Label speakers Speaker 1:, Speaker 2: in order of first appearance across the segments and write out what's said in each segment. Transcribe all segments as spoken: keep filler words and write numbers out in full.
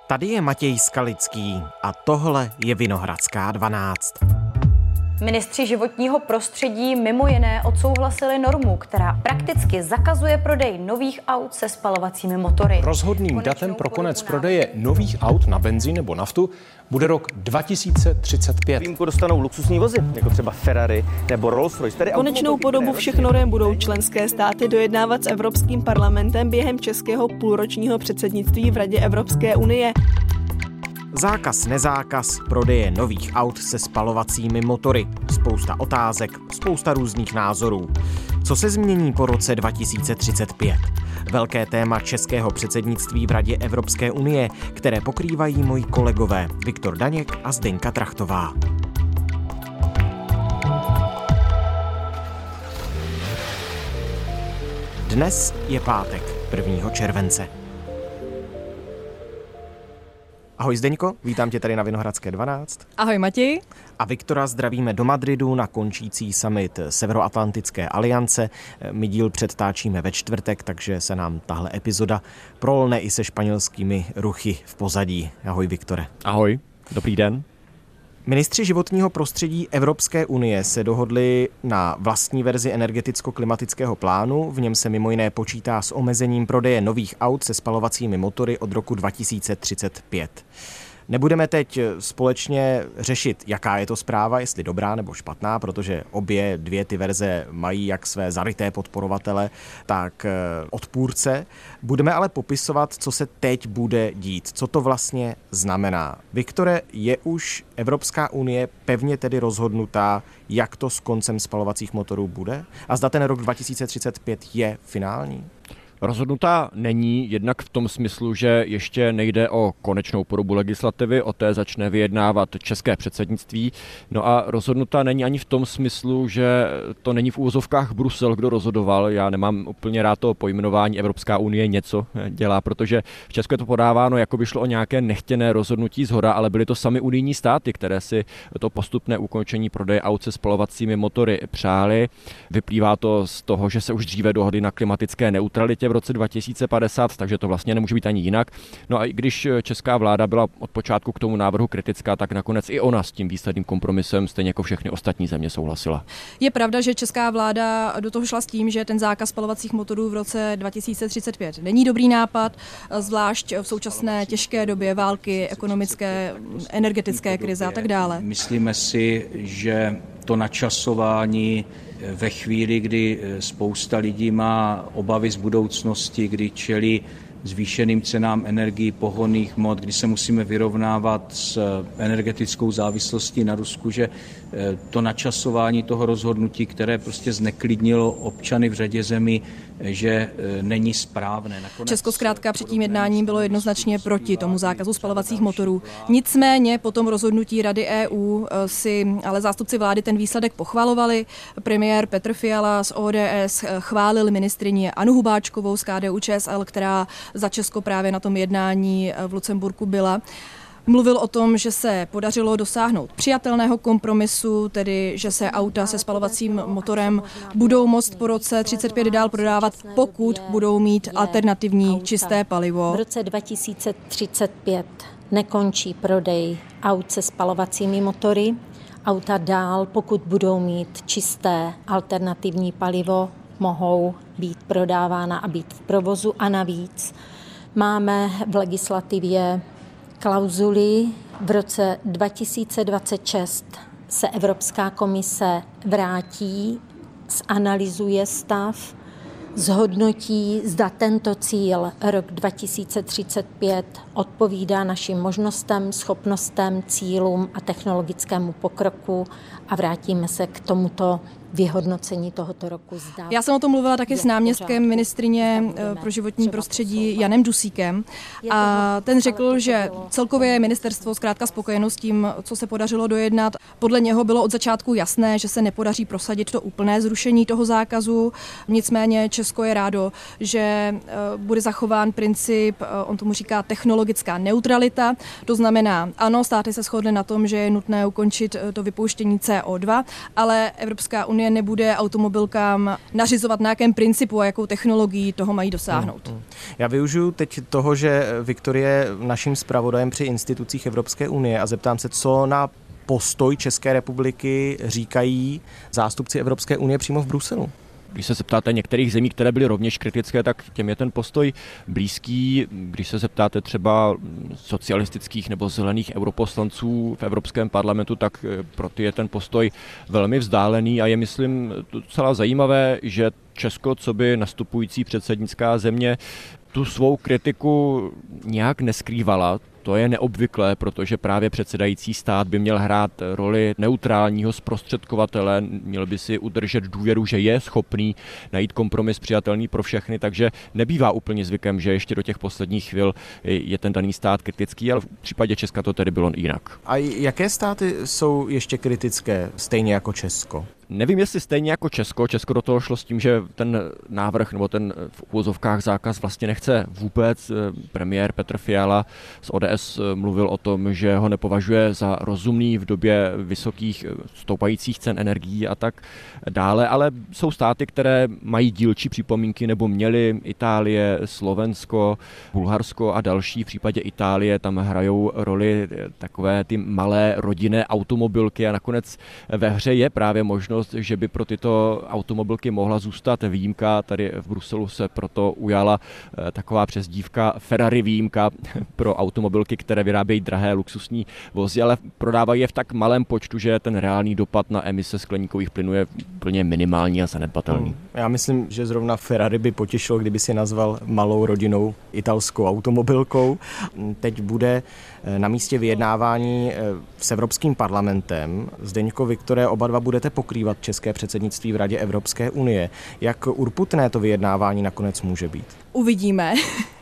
Speaker 1: Tady je Matěj Skalický a tohle je Vinohradská dvanáct.
Speaker 2: Ministři životního prostředí mimo jiné odsouhlasili normu, která prakticky zakazuje prodej nových aut se spalovacími motory.
Speaker 3: Rozhodným datem pro konec prodeje nových aut na benzín nebo naftu bude rok dva tisíce třicet pět.
Speaker 4: Výjimku dostanou luxusní vozy, jako třeba Ferrari nebo Rolls-Royce.
Speaker 5: Konečnou podobu všech norem budou členské státy dojednávat s Evropským parlamentem během českého půlročního předsednictví v Radě Evropské unie.
Speaker 1: Zákaz, nezákaz prodeje nových aut se spalovacími motory. Spousta otázek, spousta různých názorů. Co se změní po roce dva tisíce třicet pět? Velké téma českého předsednictví v Radě Evropské unie, které pokrývají moji kolegové Viktor Daněk a Zdeňka Trachtová. Dnes je pátek, prvního července. Ahoj Zdeňko, vítám tě tady na Vinohradské dvanáct.
Speaker 5: Ahoj Matěj.
Speaker 1: A Viktora zdravíme do Madridu na končící summit Severoatlantické aliance. My díl předtáčíme ve čtvrtek, takže se nám tahle epizoda prolne i se španělskými ruchy v pozadí. Ahoj Viktore.
Speaker 3: Ahoj, dobrý den.
Speaker 1: Ministři životního prostředí Evropské unie se dohodli na vlastní verzi energeticko-klimatického plánu. V něm se mimo jiné počítá s omezením prodeje nových aut se spalovacími motory od roku dva tisíce třicet pět. Nebudeme teď společně řešit, jaká je to zpráva, jestli dobrá nebo špatná, protože obě dvě ty verze mají jak své zaryté podporovatele, tak odpůrce. Budeme ale popisovat, co se teď bude dít, co to vlastně znamená. Viktore, je už Evropská unie pevně tedy rozhodnutá, jak to s koncem spalovacích motorů bude? A zda ten rok dva tisíce třicet pět je finální?
Speaker 6: Rozhodnutá není, jednak v tom smyslu, že ještě nejde o konečnou podobu legislativy, o té začne vyjednávat české předsednictví. No a rozhodnutá není ani v tom smyslu, že to není v úvozovkách Brusel, kdo rozhodoval. Já nemám úplně rád to pojmenování Evropská unie něco dělá, protože v Česku je to podáváno, jako by šlo o nějaké nechtěné rozhodnutí shora, ale byly to sami unijní státy, které si to postupné ukončení prodeje aut se spalovacími motory přáli. Vyplývá to z toho, že se už dříve dohodli na klimatické neutralitě v roce dva tisíce padesát, takže to vlastně nemůže být ani jinak. No a i když česká vláda byla od počátku k tomu návrhu kritická, tak nakonec i ona s tím výsledným kompromisem stejně jako všechny ostatní země souhlasila.
Speaker 5: Je pravda, že česká vláda do toho šla s tím, že ten zákaz spalovacích motorů v roce dva tisíce třicet pět není dobrý nápad, zvlášť v současné těžké době války, ekonomické, energetické krize a tak dále.
Speaker 7: Myslíme si, že to načasování ve chvíli, kdy spousta lidí má obavy z budoucnosti, kdy čelí zvýšeným cenám energií, pohonných hmot, kdy se musíme vyrovnávat s energetickou závislostí na Rusku, že to načasování toho rozhodnutí, které prostě zneklidnilo občany v řadě zemí, že není správné. Nakonec
Speaker 5: Česko zkrátka před tím jednáním bylo jednoznačně proti tomu zákazu spalovacích motorů. Nicméně po tom rozhodnutí Rady E U si ale zástupci vlády ten výsledek pochvalovali. Premiér Petr Fiala z O D S chválil ministryni Annu Hubáčkovou z K D U Č S L, která za Česko právě na tom jednání v Lucemburku byla. Mluvil o tom, že se podařilo dosáhnout přijatelného kompromisu, tedy že se auta se spalovacím motorem budou moct po roce třicet pět dál prodávat, pokud budou mít alternativní čisté palivo.
Speaker 8: V roce dva tisíce třicet pět nekončí prodej aut se spalovacími motory. Auta dál, pokud budou mít čisté alternativní palivo, mohou být prodávána a být v provozu. A navíc máme v legislativě klauzuli. V roce dva tisíce dvacet šest se Evropská komise vrátí, zanalyzuje stav, zhodnotí, zda tento cíl rok dva tisíce třicet pět odpovídá našim možnostem, schopnostem, cílům a technologickému pokroku a vrátíme se k tomuto vyhodnocení tohoto roku. Zdá.
Speaker 5: Já jsem o tom mluvila taky s náměstkem ministryně pro životní prostředí Janem Dusíkem a ten řekl, že celkově je ministerstvo zkrátka spokojeno s tím, co se podařilo dojednat. Podle něho bylo od začátku jasné, že se nepodaří prosadit to úplné zrušení toho zákazu. Nicméně Česko je rádo, že bude zachován princip, on tomu říká technologická neutralita. To znamená, ano, státy se shodly na tom, že je nutné ukončit to vypouštění C O dva, ale Evropská unie unie nebude automobilkám nařizovat, na jakém principu a jakou technologií toho mají dosáhnout.
Speaker 1: Hmm, hmm. Já využiju teď toho, že Viktorie je naším zpravodajem při institucích Evropské unie a zeptám se, co na postoj České republiky říkají zástupci Evropské unie přímo v Bruselu.
Speaker 6: Když se zeptáte některých zemí, které byly rovněž kritické, tak těm je ten postoj blízký. Když se zeptáte třeba socialistických nebo zelených europoslanců v Evropském parlamentu, tak pro ty je ten postoj velmi vzdálený a je, myslím, docela zajímavé, že Česko, co by nastupující předsednická země, tu svou kritiku nějak neskrývala. To je neobvyklé, protože právě předsedající stát by měl hrát roli neutrálního zprostředkovatele, měl by si udržet důvěru, že je schopný najít kompromis přijatelný pro všechny, takže nebývá úplně zvykem, že ještě do těch posledních chvil je ten daný stát kritický, ale v případě Česka to tedy bylo jinak.
Speaker 1: A jaké státy jsou ještě kritické, stejně jako Česko?
Speaker 6: Nevím, jestli stejně jako Česko. Česko do toho šlo s tím, že ten návrh nebo ten v uvozovkách zákaz vlastně nechce vůbec. Premiér Petr Fiala z O D S mluvil o tom, že ho nepovažuje za rozumný v době vysokých stoupajících cen energií a tak dále, ale jsou státy, které mají dílčí připomínky nebo měly, Itálie, Slovensko, Bulharsko a další. V případě Itálie tam hrajou roli takové ty malé rodinné automobilky a nakonec ve hře je právě možnost, že by pro tyto automobilky mohla zůstat výjimka. Tady v Bruselu se proto ujala taková přezdívka Ferrari výjimka pro automobilky, které vyrábějí drahé luxusní vozy, ale prodávají je v tak malém počtu, že ten reálný dopad na emise skleníkových plynů je úplně minimální a zanedbatelný.
Speaker 1: Hmm. Já myslím, že zrovna Ferrari by potěšilo, kdyby si nazval malou rodinou italskou automobilkou. Teď bude na místě vyjednávání s Evropským parlamentem. Zdeňko, Viktore, oba dva budete pokrývat české předsednictví v Radě Evropské unie. Jak urputné to vyjednávání nakonec může být?
Speaker 5: Uvidíme.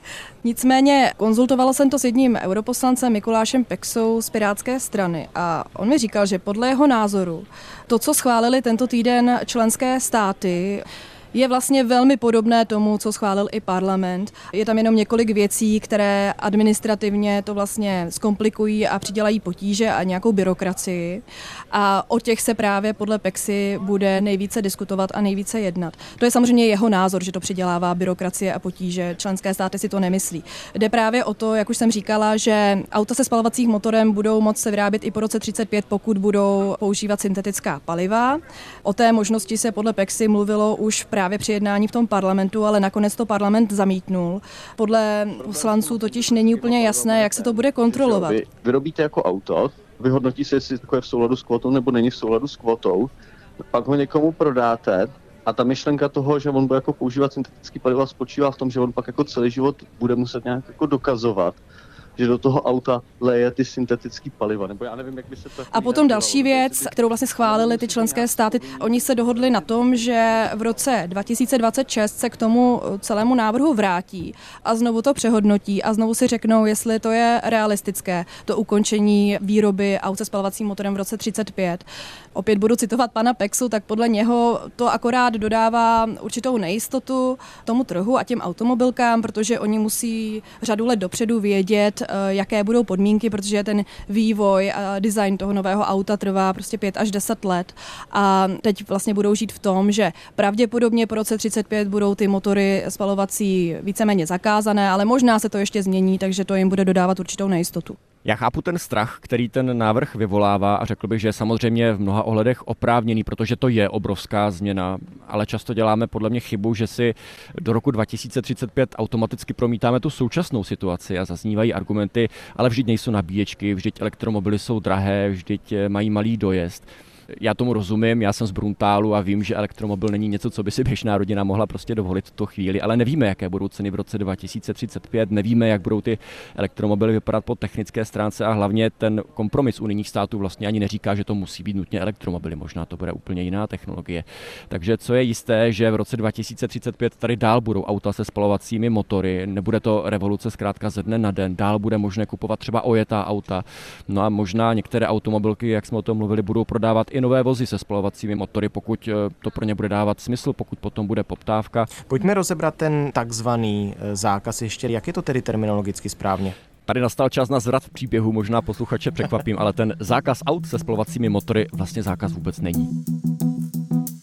Speaker 5: Nicméně konzultovala jsem to s jedním europoslancem Mikulášem Peksou z Pirátské strany a on mi říkal, že podle jeho názoru to, co schválili tento týden členské státy, je vlastně velmi podobné tomu, co schválil i parlament. Je tam jenom několik věcí, které administrativně to vlastně zkomplikují a přidělají potíže a nějakou byrokracii. A o těch se právě podle Peksy bude nejvíce diskutovat a nejvíce jednat. To je samozřejmě jeho názor, že to přidělává byrokracie a potíže. Členské státy si to nemyslí. Jde právě o to, jak už jsem říkala, že auta se spalovacím motorem budou moct se vyrábět i po roce třicet pět, pokud budou používat syntetická paliva. O té možnosti se podle Peksy mluvilo už právě při jednání v tom parlamentu, ale nakonec to parlament zamítnul. Podle poslanců totiž není úplně jasné, jak se to bude kontrolovat.
Speaker 9: Vy vyrobíte jako auto, vyhodnotí se, jestli to je v souladu s kvotou nebo není v souladu s kvotou, pak ho někomu prodáte a ta myšlenka toho, že on bude jako používat syntetický paliva, spočívá v tom, že on pak jako celý život bude muset nějak jako dokazovat, že do toho auta leje ty syntetický paliva, nebo já nevím, jak by se to...
Speaker 5: A potom další věc, kterou vlastně schválili ty členské státy, oni se dohodli na tom, že v roce dva tisíce dvacet šest se k tomu celému návrhu vrátí a znovu to přehodnotí a znovu si řeknou, jestli to je realistické, to ukončení výroby aut se spalovacím motorem v roce třicet pět. Opět budu citovat pana Peksu, tak podle něho to akorát dodává určitou nejistotu tomu trhu a těm automobilkám, protože oni musí řadu let dopředu vědět, jaké budou podmínky, protože ten vývoj a design toho nového auta trvá prostě pět až deset let a teď vlastně budou žít v tom, že pravděpodobně po roce třicet pět budou ty motory spalovací víceméně zakázané, ale možná se to ještě změní, takže to jim bude dodávat určitou nejistotu.
Speaker 6: Já chápu ten strach, který ten návrh vyvolává a řekl bych, že je samozřejmě v mnoha ohledech oprávněný, protože to je obrovská změna, ale často děláme podle mě chybu, že si do roku dva tisíce třicet pět automaticky promítáme tu současnou situaci a zaznívají argumenty, ale vždyť nejsou nabíječky, vždyť elektromobily jsou drahé, vždyť mají malý dojezd. Já tomu rozumím, já jsem z Bruntálu a vím, že elektromobil není něco, co by si běžná rodina mohla prostě dovolit v tu chvíli, ale nevíme, jaké budou ceny v roce dva tisíce třicet pět, nevíme, jak budou ty elektromobily vypadat po technické stránce a hlavně ten kompromis unijních států vlastně ani neříká, že to musí být nutně elektromobily, možná to bude úplně jiná technologie. Takže co je jisté, že v roce dva tisíce třicet pět tady dál budou auta se spalovacími motory, nebude to revoluce zkrátka ze dne na den, dál bude možné kupovat třeba ojetá auta, no a možná některé automobilky, jak jsme o tom mluvili, budou prodávat i nové vozy se spalovacími motory, pokud to pro ně bude dávat smysl, pokud potom bude poptávka.
Speaker 1: Pojďme rozebrat ten takzvaný zákaz ještě. Jak je to tedy terminologicky správně?
Speaker 6: Tady nastal čas na zvrat příběhu, možná posluchače překvapím, ale ten zákaz aut se spalovacími motory vlastně zákaz vůbec není.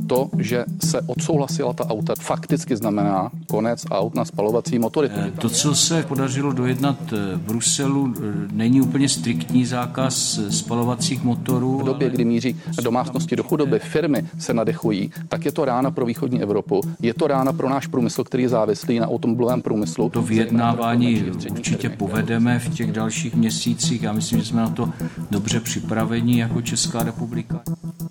Speaker 10: To, že se odsouhlasila ta auta, fakticky znamená konec aut na spalovací motory.
Speaker 7: To, co se podařilo dojednat v Bruselu, není úplně striktní zákaz spalovacích motorů.
Speaker 10: V době, kdy míří domácnosti do chudoby, firmy se nadechují, tak je to rána pro východní Evropu. Je to rána pro náš průmysl, který je závislý na automobilovém průmyslu.
Speaker 7: To vyjednávání určitě povedeme v těch dalších měsících. Já myslím, že jsme na to dobře připraveni jako Česká republika.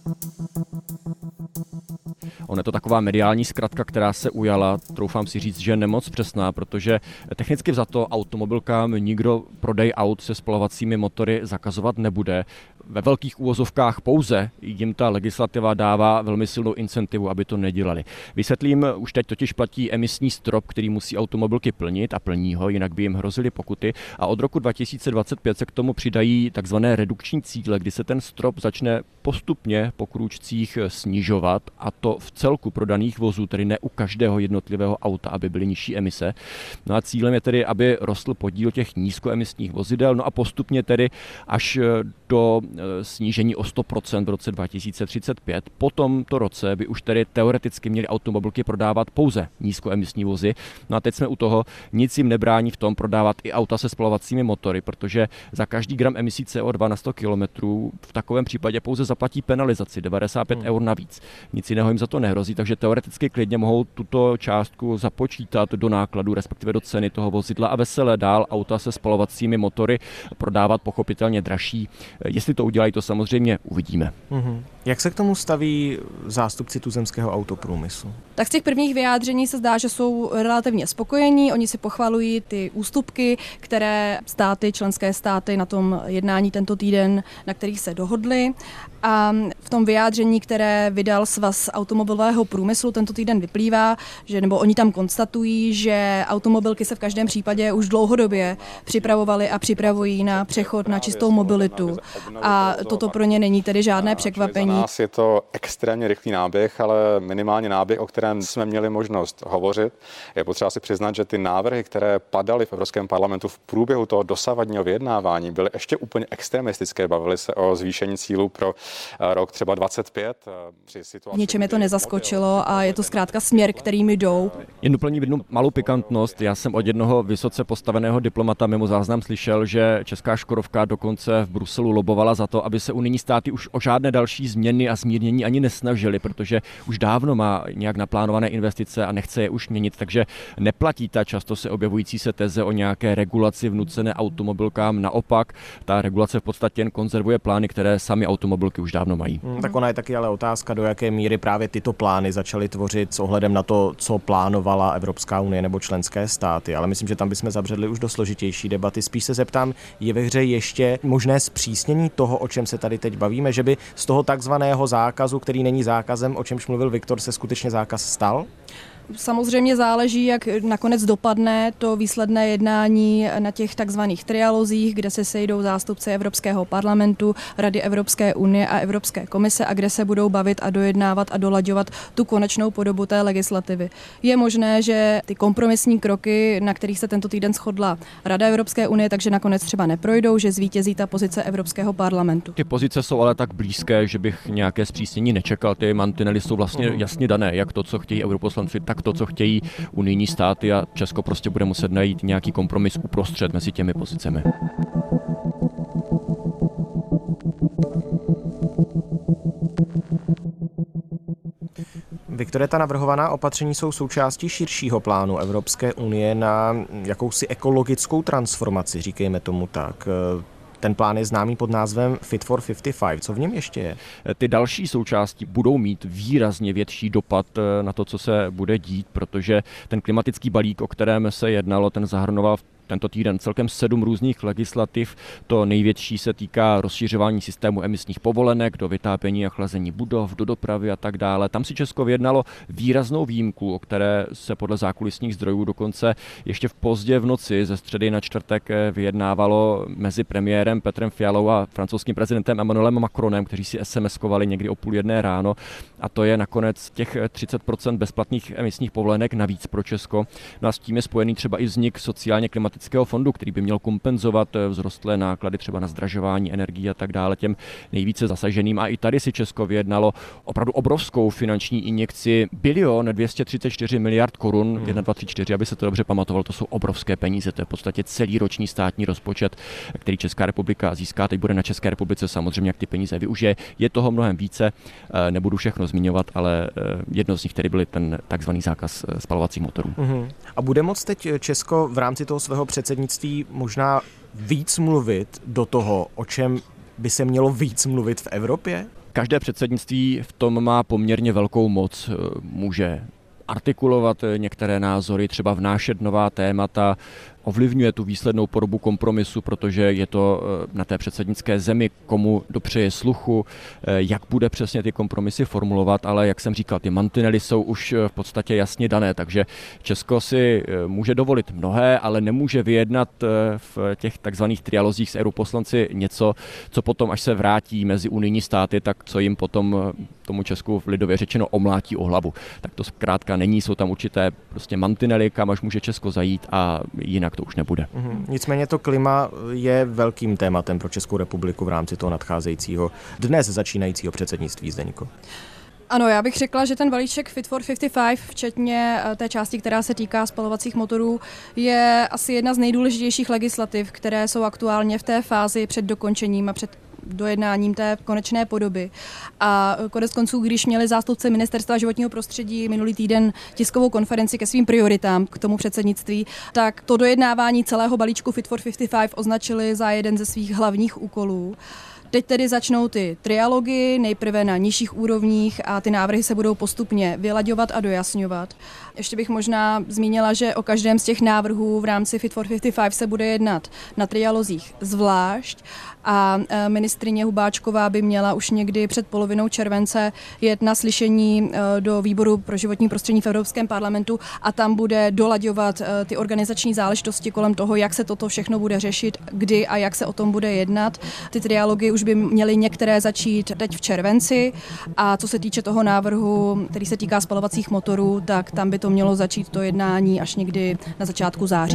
Speaker 6: Ono je to taková mediální zkratka, která se ujala, troufám si říct, že je nemoc přesná, protože technicky vzato automobilkám nikdo prodej aut se spalovacími motory zakazovat nebude. Ve velkých úvozovkách pouze jim ta legislativa dává velmi silnou incentivu, aby to nedělali. Vysvětlím, už teď totiž platí emisní strop, který musí automobilky plnit a plní ho, jinak by jim hrozily pokuty. A od roku dva tisíce dvacet pět se k tomu přidají takzvané redukční cíle, kdy se ten strop začne postupně po krůčcích snižovat, a to v celku prodaných vozů, tedy ne u každého jednotlivého auta, aby byly nižší emise. No a cílem je tedy, aby rostl podíl těch nízkoemisních vozidel, no a postupně tedy až do snížení o sto procent v roce dva tisíce třicet pět. Po tomto roce by už tedy teoreticky měly automobilky prodávat pouze nízkoemisní vozy. No a teď jsme u toho, nic jim nebrání v tom prodávat i auta se spalovacími motory, protože za každý gram emisí C O dva na sto kilometrů v takovém případě pouze zaplatí penalizaci devadesát pět eur navíc. Nic jiného jim za to nehrozí, takže teoreticky klidně mohou tuto částku započítat do nákladu, respektive do ceny toho vozidla a veselé dál auta se spalovacími motory prodávat pochopitelně dražší. Jestli to udělají, to samozřejmě uvidíme.
Speaker 1: Mm-hmm. Jak se k tomu staví zástupci tuzemského autoprůmyslu?
Speaker 5: Tak z těch prvních vyjádření se zdá, že jsou relativně spokojení. Oni si pochvalují ty ústupky, které státy, členské státy na tom jednání tento týden, na kterých se dohodly. A v tom vyjádření, které vydal Svaz automobilového průmyslu, tento týden vyplývá, že nebo oni tam konstatují, že automobilky se v každém případě už dlouhodobě připravovaly a připravují na přechod na čistou mobilitu. A toto pro ně není tedy žádné překvapení.
Speaker 11: Za nás je to extrémně rychlý náběh, ale minimálně náběh, o kterém jsme měli možnost hovořit. Je potřeba si přiznat, že ty návrhy, které padaly v Evropském parlamentu v průběhu toho dosavadního vyjednávání, byly ještě úplně extremistické. Bavili se o zvýšení cílů pro rok třeba dvacet pět. Při situaci,
Speaker 5: v něčem je to nezaskočilo a je to zkrátka směr, kterými jdou.
Speaker 6: Jen doplním jednu malou pikantnost. Já jsem od jednoho vysoce postaveného diplomata mimo záznam slyšel, že česká Škodovka dokonce v Bruselu lobovala za to, aby se unijní státy už o žádné další změny a zmírnění ani nesnažili, protože už dávno má nějak naplánované investice a nechce je už měnit, takže neplatí ta často se objevující se teze o nějaké regulaci vnucené automobilkám. Naopak, ta regulace v podstatě jen konzervuje plány, které sami automobilky už dávno mají.
Speaker 1: Hmm, tak ona je taky ale otázka, do jaké míry právě tyto plány začaly tvořit s ohledem na to, co plánovala Evropská unie nebo členské státy. Ale myslím, že tam bychom zabředli už do složitější debaty. Spíš se zeptám, je ve hře ještě možné zpřísnění toho, o čem se tady teď bavíme, že by z toho takzvaného zákazu, který není zákazem, o čemž mluvil Viktor, se skutečně zákaz stal?
Speaker 5: Samozřejmě záleží, jak nakonec dopadne to výsledné jednání na těch takzvaných trialozích, kde se sejdou zástupci Evropského parlamentu, Rady Evropské unie a Evropské komise a kde se budou bavit a dojednávat a dolaďovat tu konečnou podobu té legislativy. Je možné, že ty kompromisní kroky, na kterých se tento týden shodla Rada Evropské unie, takže nakonec třeba neprojdou, že zvítězí ta pozice Evropského parlamentu.
Speaker 6: Ty pozice jsou ale tak blízké, že bych nějaké zpřísnění nečekal. Ty mantinely jsou vlastně jasně dané, jak to, co chtějí europoslanci, tak to, co chtějí unijní státy, a Česko prostě bude muset najít nějaký kompromis uprostřed mezi těmi pozicemi.
Speaker 1: Viktore, ta navrhovaná opatření jsou součástí širšího plánu Evropské unie na jakousi ekologickou transformaci, říkejme tomu tak. Ten plán je známý pod názvem Fit for padesát pět. Co v něm ještě je?
Speaker 6: Ty další součásti budou mít výrazně větší dopad na to, co se bude dít, protože ten klimatický balík, o kterém se jednalo, ten zahrnoval tento týden celkem sedm různých legislativ. To největší se týká rozšiřování systému emisních povolenek do vytápění a chlazení budov, do dopravy a tak dále. Tam si Česko vyjednalo výraznou výjimku, o které se podle zákulisních zdrojů dokonce ještě v pozdě v noci ze středy na čtvrtek vyjednávalo mezi premiérem Petrem Fialou a francouzským prezidentem Emmanuelem Macronem, kteří si SMSkovali někdy o půl jedné ráno, a to je nakonec těch třicet procent bezplatných emisních povolenek navíc pro Česko. No a s tím je spojený třeba i vznik sociálně klimatického klimatického fondu, který by měl kompenzovat vzrostlé náklady třeba na zdražování energií a tak dále těm nejvíce zasaženým. A i tady si Česko vyjednalo opravdu obrovskou finanční injekci bilion dvě stě třicet čtyři miliard korun, hmm. jedna, dva, tři, čtyři, aby se to dobře pamatovalo, to jsou obrovské peníze, to je v podstatě celý roční státní rozpočet, který Česká republika získá. Teď bude na České republice samozřejmě, jak ty peníze využije. Je toho mnohem více, nebudu všechno zmiňovat, ale jedno z nich tedy byl ten takzvaný zákaz spalovacích motorů. Hmm.
Speaker 1: A bude moct teď Česko v rámci toho svého předsednictví možná víc mluvit do toho, o čem by se mělo víc mluvit v Evropě?
Speaker 6: Každé předsednictví v tom má poměrně velkou moc. Může artikulovat některé názory, třeba vnášet nová témata, ovlivňuje tu výslednou podobu kompromisu, protože je to na té předsednické zemi, komu dopřeje sluchu, jak bude přesně ty kompromisy formulovat, ale jak jsem říkal, ty mantinely jsou už v podstatě jasně dané, takže Česko si může dovolit mnohé, ale nemůže vyjednat v těch takzvaných trialozích s europoslanci něco, co potom, až se vrátí mezi unijní státy, tak co jim potom tomu Česku v lidově řečeno omlátí o hlavu. Tak to zkrátka není, jsou tam určité prostě mantinely, kam až může Česko zajít a jinak to už nebude.
Speaker 1: Mhm. Nicméně to klima je velkým tématem pro Českou republiku v rámci toho nadcházejícího dnes začínajícího předsednictví, Zdeňko.
Speaker 5: Ano, já bych řekla, že ten balíček Fit for padesát pět, včetně té části, která se týká spalovacích motorů, je asi jedna z nejdůležitějších legislativ, které jsou aktuálně v té fázi před dokončením a před dojednáním té konečné podoby. A konec konců, když měli zástupci Ministerstva životního prostředí minulý týden tiskovou konferenci ke svým prioritám k tomu předsednictví, tak to dojednávání celého balíčku Fit for padesát pět označili za jeden ze svých hlavních úkolů. Teď tedy začnou ty trialogy, nejprve na nižších úrovních a ty návrhy se budou postupně vylaďovat a dojasňovat. Ještě bych možná zmínila, že o každém z těch návrhů v rámci Fit for padesát pět se bude jednat na trialozích zvlášť a ministryně Hubáčková by měla už někdy před polovinou července jet na slyšení do výboru pro životní prostředí v Evropském parlamentu a tam bude dolaďovat ty organizační záležitosti kolem toho, jak se toto všechno bude řešit, kdy a jak se o tom bude jednat. Ty trialogy už by měly některé začít teď v červenci a co se týče toho návrhu, který se týká spalovacích motorů, tak tam by to mělo začít to jednání až někdy na začátku září.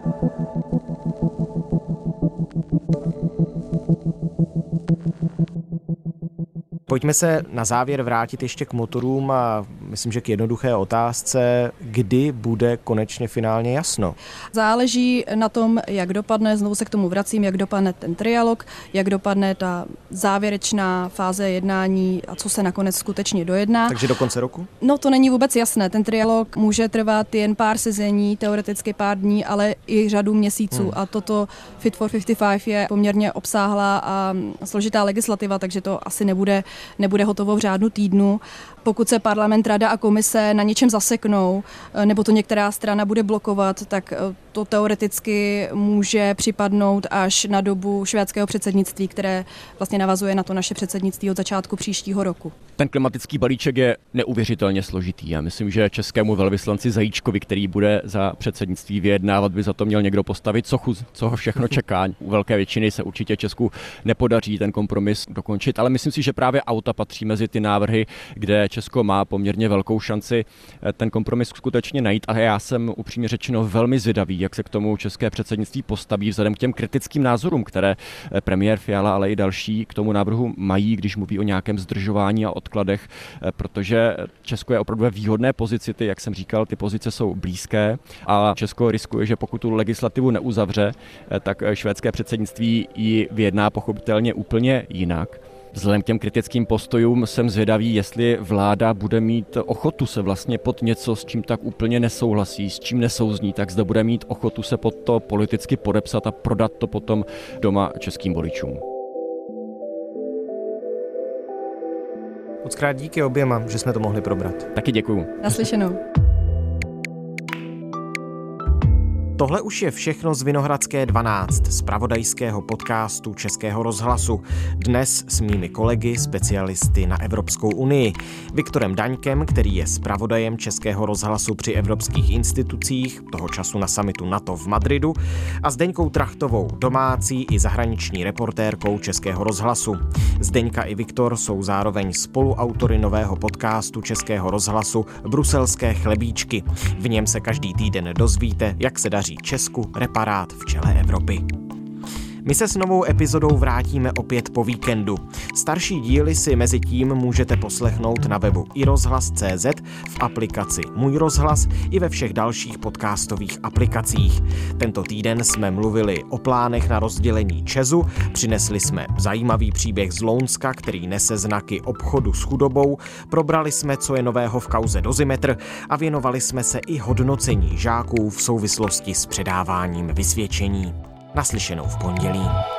Speaker 1: Pojďme se na závěr vrátit ještě k motorům a myslím, že k jednoduché otázce, kdy bude konečně finálně jasno.
Speaker 5: Záleží na tom, jak dopadne, znovu se k tomu vracím, jak dopadne ten trialog, jak dopadne ta závěrečná fáze jednání a co se nakonec skutečně dojedná.
Speaker 1: Takže do konce roku?
Speaker 5: No to není vůbec jasné. Ten trialog může trvat jen pár sezení, teoreticky pár dní, ale i řadu měsíců. Hmm. A toto Fit for padesát pět je poměrně obsáhlá a složitá legislativa, takže to asi nebude nebude hotovo v řádu týdnu. Pokud se parlament, rada a komise na něčem zaseknou, nebo to některá strana bude blokovat, tak to teoreticky může připadnout až na dobu švédského předsednictví, které vlastně navazuje na to naše předsednictví od začátku příštího roku.
Speaker 6: Ten klimatický balíček je neuvěřitelně složitý. Já myslím, že českému velvyslanci Zajíčkovi, který bude za předsednictví vyjednávat, by za to měl někdo postavit sochu, co ho všechno čeká. U velké většiny se určitě Česku nepodaří ten kompromis dokončit, ale myslím si, že právě auta patří mezi ty návrhy, kde Česko má poměrně velkou šanci ten kompromis skutečně najít. A já jsem upřímně řečeno velmi zvědavý, jak se k tomu české předsednictví postaví vzhledem k těm kritickým názorům, které premiér Fiala, ale i další k tomu návrhu mají, když mluví o nějakém zdržování a odkladech, protože Česko je opravdu ve výhodné pozici, ty, jak jsem říkal, ty pozice jsou blízké a Česko riskuje, že pokud tu legislativu neuzavře, tak švédské předsednictví ji vyjedná pochopitelně úplně jinak. Vzhledem k těm kritickým postojům jsem zvědavý, jestli vláda bude mít ochotu se vlastně pod něco, s čím tak úplně nesouhlasí, s čím nesouzní, tak zde bude mít ochotu se pod to politicky podepsat a prodat to potom doma českým voličům.
Speaker 1: Mockrát díky oběma, že jsme to mohli probrat.
Speaker 6: Taky děkuju.
Speaker 5: Naslyšenou.
Speaker 1: Tohle už je všechno z Vinohradské dvanáct, z zpravodajského podcastu Českého rozhlasu. Dnes s mými kolegy, specialisty na Evropskou unii. Viktorem Daňkem, který je zpravodajem Českého rozhlasu při evropských institucích, toho času na summitu NATO v Madridu, a Zdeňkou Trachtovou, domácí i zahraniční reportérkou Českého rozhlasu. Zdeňka i Viktor jsou zároveň spoluautory nového podcastu Českého rozhlasu Bruselské chlebíčky. V něm se každý týden dozvíte, jak se daří daří Česku, Reparát v čele Evropy. My se s novou epizodou vrátíme opět po víkendu. Starší díly si mezi tím můžete poslechnout na webu i rozhlas tečka cé zet, v aplikaci Můj rozhlas i ve všech dalších podcastových aplikacích. Tento týden jsme mluvili o plánech na rozdělení ČEZu, přinesli jsme zajímavý příběh z Lounska, který nese znaky obchodu s chudobou, probrali jsme, co je nového v kauze Dozimetr a věnovali jsme se i hodnocení žáků v souvislosti s předáváním vysvědčení. Naslyšenou v pondělí.